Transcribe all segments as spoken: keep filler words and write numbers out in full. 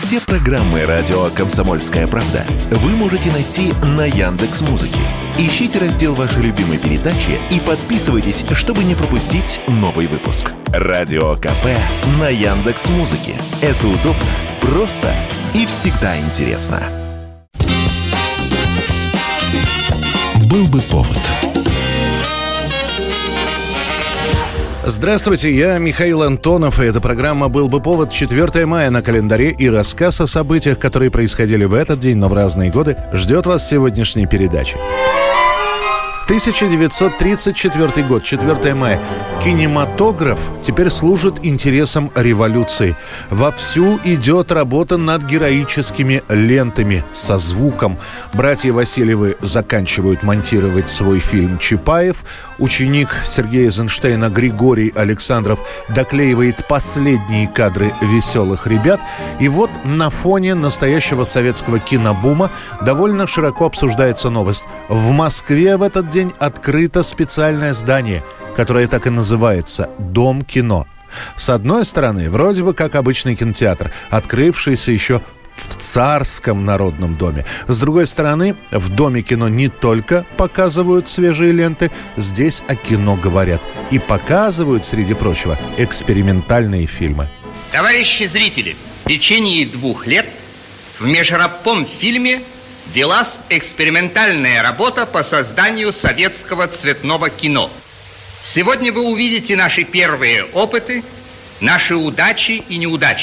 Все программы радио «Комсомольская правда» вы можете найти на Яндекс.Музыке. Ищите раздел вашей любимой передачи и подписывайтесь, чтобы не пропустить новый выпуск. Радио КП на Яндекс.Музыке. Это удобно, просто и всегда интересно. Был бы повод. Здравствуйте, я Михаил Антонов, и эта программа «Был бы повод». четвёртого мая на календаре, и рассказ о событиях, которые происходили в этот день, но в разные годы, ждет вас в сегодняшней передаче. тысяча девятьсот тридцать четвёртый год, четвёртого мая. Кинематограф теперь служит интересам революции. Вовсю идет работа над героическими лентами со звуком. Братья Васильевы заканчивают монтировать свой фильм «Чапаев». Ученик Сергея Эйзенштейна Григорий Александров доклеивает последние кадры «Веселых ребят». И вот на фоне настоящего советского кинобума довольно широко обсуждается новость. В Москве в этот день открыто специальное здание, которое так и называется «Дом кино». С одной стороны, вроде бы как обычный кинотеатр, открывшийся еще в Царском народном доме. С другой стороны, в Доме кино не только показывают свежие ленты, здесь о кино говорят. И показывают, среди прочего, экспериментальные фильмы. Товарищи зрители, в течение двух лет в межрабком фильме велась экспериментальная работа по созданию советского цветного кино. Сегодня вы увидите наши первые опыты, наши удачи и неудачи.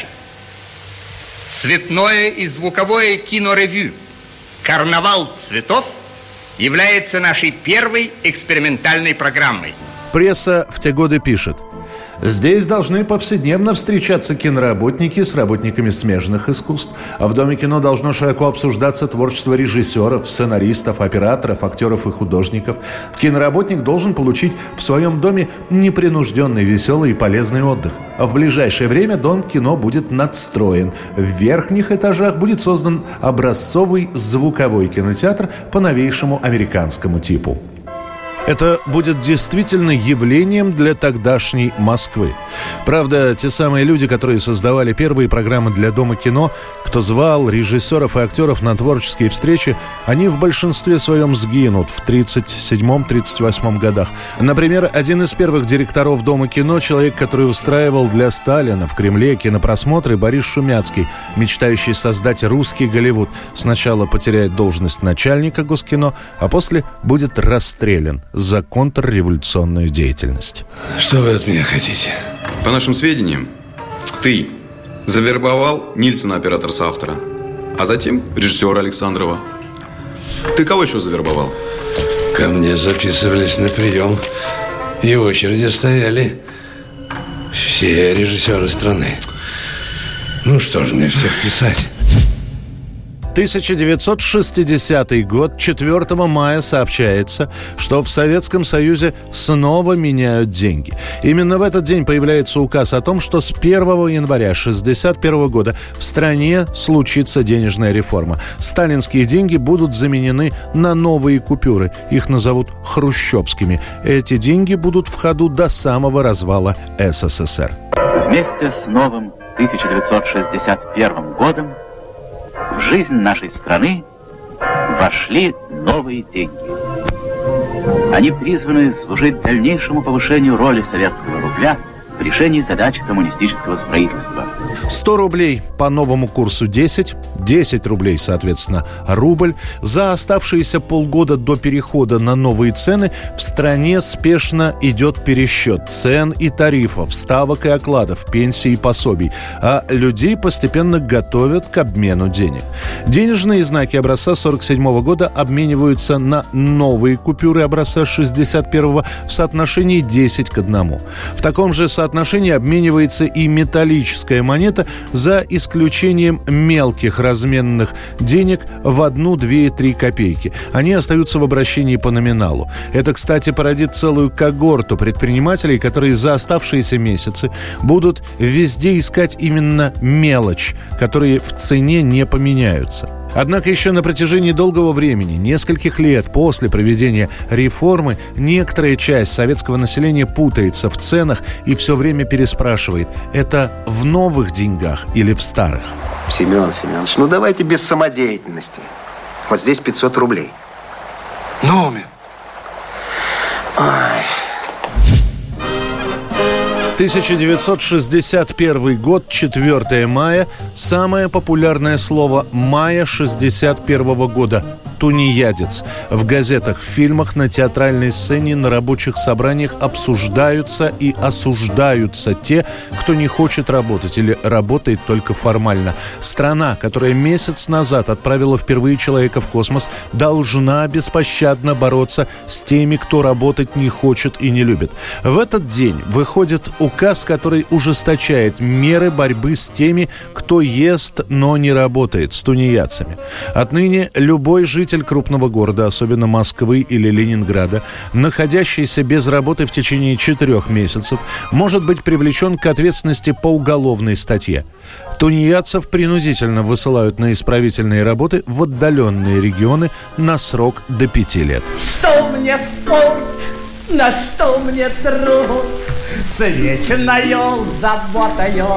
Цветное и звуковое киноревью «Карнавал цветов» является нашей первой экспериментальной программой. Пресса в те годы пишет: здесь должны повседневно встречаться киноработники с работниками смежных искусств. А в Доме кино должно широко обсуждаться творчество режиссеров, сценаристов, операторов, актеров и художников. Киноработник должен получить в своем доме непринужденный, веселый и полезный отдых. А в ближайшее время Дом кино будет надстроен. В верхних этажах будет создан образцовый звуковой кинотеатр по новейшему американскому типу. Это будет действительно явлением для тогдашней Москвы. Правда, те самые люди, которые создавали первые программы для Дома кино, кто звал режиссеров и актеров на творческие встречи, они в большинстве своем сгинут в тридцать седьмом — тридцать восьмом годах. Например, один из первых директоров Дома кино, человек, который устраивал для Сталина в Кремле кинопросмотры, Борис Шумяцкий, мечтающий создать русский Голливуд, сначала потеряет должность начальника Госкино, а после будет расстрелян за контрреволюционную деятельность. Что вы от меня хотите? По нашим сведениям, ты завербовал Нильсона, оператор-соавтора, а затем режиссера Александрова. Ты кого еще завербовал? Ко мне записывались на прием, и в очереди стояли все режиссеры страны. Ну что же мне всех писать? тысяча девятьсот шестидесятый год, четвёртого мая сообщается, что в Советском Союзе снова меняют деньги. Именно в этот день появляется указ о том, что с первого января шестьдесят первого года в стране случится денежная реформа. Сталинские деньги будут заменены на новые купюры. Их назовут хрущевскими. Эти деньги будут в ходу до самого развала СССР. Вместе с новым тысяча девятьсот шестьдесят первым годом в жизнь нашей страны вошли новые деньги. Они призваны служить дальнейшему повышению роли советского рубля в решении задач коммунистического строительства. сто рублей по новому курсу десять, десять рублей, соответственно, рубль. За оставшиеся полгода до перехода на новые цены в стране спешно идет пересчет цен и тарифов, ставок и окладов, пенсий и пособий, а людей постепенно готовят к обмену денег. Денежные знаки образца сорок седьмого года обмениваются на новые купюры образца шестьдесят первого в соотношении десять к одному. В таком же соотношении обменивается и металлическая монета, за исключением мелких разменных денег в одну, две и три копейки. Они остаются в обращении по номиналу. Это, кстати, породит целую когорту предпринимателей, которые за оставшиеся месяцы будут везде искать именно мелочь, которые в цене не поменяются. Однако еще на протяжении долгого времени, нескольких лет после проведения реформы, некоторая часть советского населения путается в ценах и все время переспрашивает, это в новых деньгах или в старых? Семен Семенович, ну давайте без самодеятельности. Вот здесь пятьсот рублей. Номер. Ой. тысяча девятьсот шестьдесят первый год, четвёртое мая. Самое популярное слово мая шестьдесят первого года – тунеядец. В газетах, в фильмах, на театральной сцене, на рабочих собраниях обсуждаются и осуждаются те, кто не хочет работать или работает только формально. Страна, которая месяц назад отправила впервые человека в космос, должна беспощадно бороться с теми, кто работать не хочет и не любит. В этот день выходит указ, который ужесточает меры борьбы с теми, кто ест, но не работает, с тунеядцами. Отныне любой житель крупного города, особенно Москвы или Ленинграда, находящийся без работы в течение четырех месяцев, может быть привлечен к ответственности по уголовной статье. Тунеядцев принудительно высылают на исправительные работы в отдаленные регионы на срок до пяти лет. Что мне спорт, на что мне труд? С вечною заботою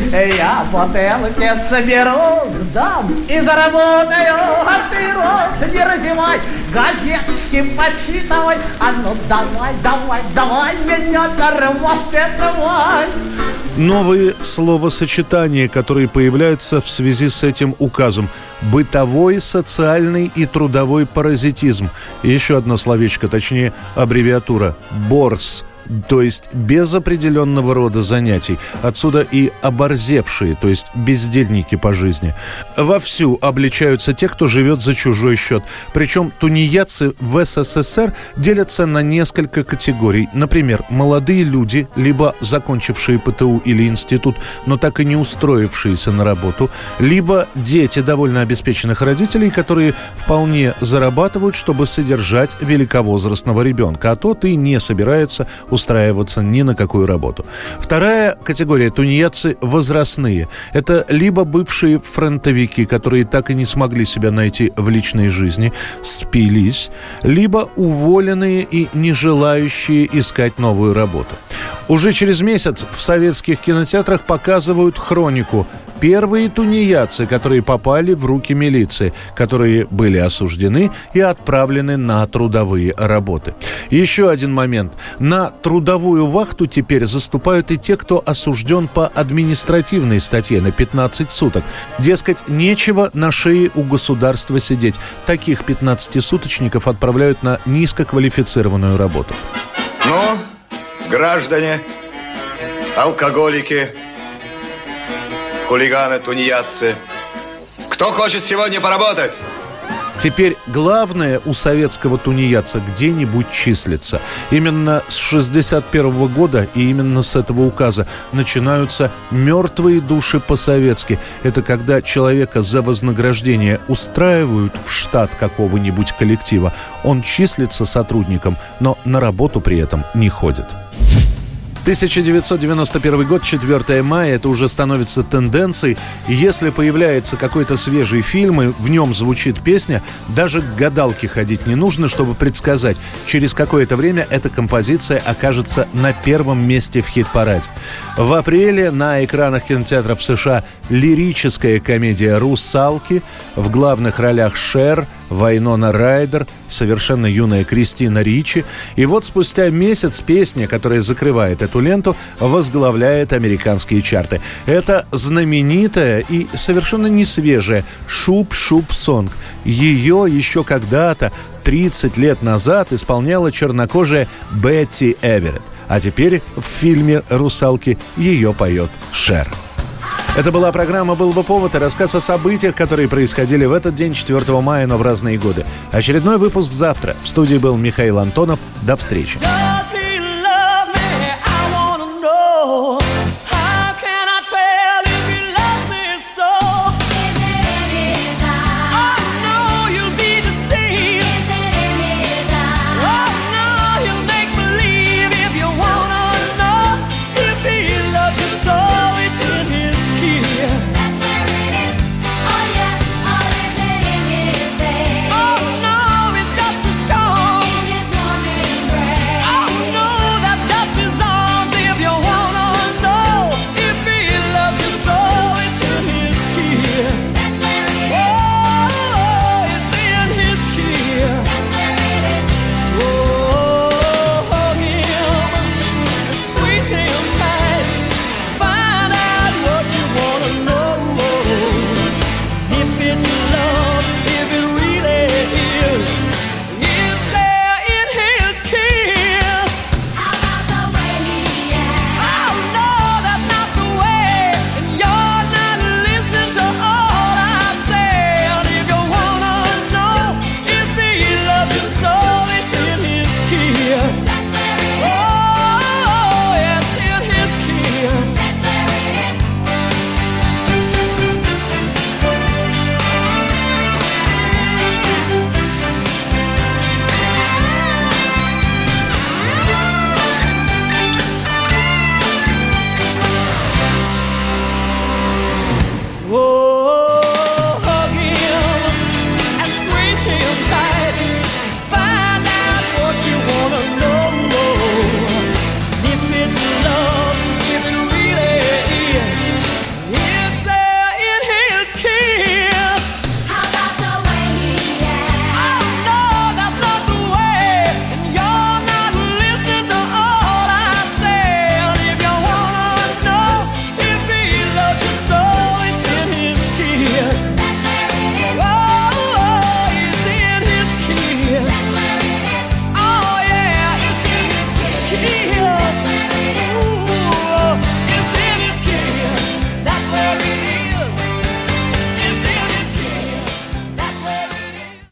я бутылки соберу, сдам и заработаю. А ты рот не разевай, газеточки почитывай. А ну давай, давай, давай меня перевоспитывай. Новые словосочетания, которые появляются в связи с этим указом. Бытовой, социальный и трудовой паразитизм. И еще одно словечко, точнее аббревиатура БОРС. То есть без определенного рода занятий. Отсюда и оборзевшие, то есть бездельники по жизни. Вовсю обличаются те, кто живет за чужой счет. Причем тунеядцы в СССР делятся на несколько категорий. Например, молодые люди, либо закончившие ПТУ или институт, но так и не устроившиеся на работу, либо дети довольно обеспеченных родителей, которые вполне зарабатывают, чтобы содержать великовозрастного ребенка. А тот и не собирается устраиваться ни на какую работу. Вторая категория тунеядцы возрастные. Это либо бывшие фронтовики, которые так и не смогли себя найти в личной жизни, спились, либо уволенные и не желающие искать новую работу. Уже через месяц в советских кинотеатрах показывают хронику. Первые тунеядцы, которые попали в руки милиции, которые были осуждены и отправлены на трудовые работы. Еще один момент. На трудовую вахту теперь заступают и те, кто осужден по административной статье на пятнадцать суток. Дескать, нечего на шее у государства сидеть. Таких пятнадцатисуточников отправляют на низкоквалифицированную работу. Ну, граждане, алкоголики, хулиганы, тунеядцы, кто хочет сегодня поработать? Теперь главное у советского тунеядца где-нибудь числится. Именно с шестьдесят первого года и именно с этого указа начинаются мертвые души по-советски. Это когда человека за вознаграждение устраивают в штат какого-нибудь коллектива. Он числится сотрудником, но на работу при этом не ходит. тысяча девятьсот девяносто первый год, четвёртое мая, это уже становится тенденцией. И если появляется какой-то свежий фильм, и в нем звучит песня, даже к гадалке ходить не нужно, чтобы предсказать, через какое-то время эта композиция окажется на первом месте в хит-параде. В апреле на экранах кинотеатров США лирическая комедия «Русалки». В главных ролях Шер, Вайнона Райдер, совершенно юная Кристина Ричи. И вот спустя месяц песня, которая закрывает эту ленту, возглавляет американские чарты. Это знаменитая и совершенно не свежая «Шуп-шуп-сонг». Ее еще когда-то, тридцать лет назад, исполняла чернокожая Бетти Эверетт. А теперь в фильме «Русалки» ее поет Шер. Это была программа «Был бы повод» и рассказ о событиях, которые происходили в этот день, четвёртого мая, но в разные годы. Очередной выпуск завтра. В студии был Михаил Антонов. До встречи.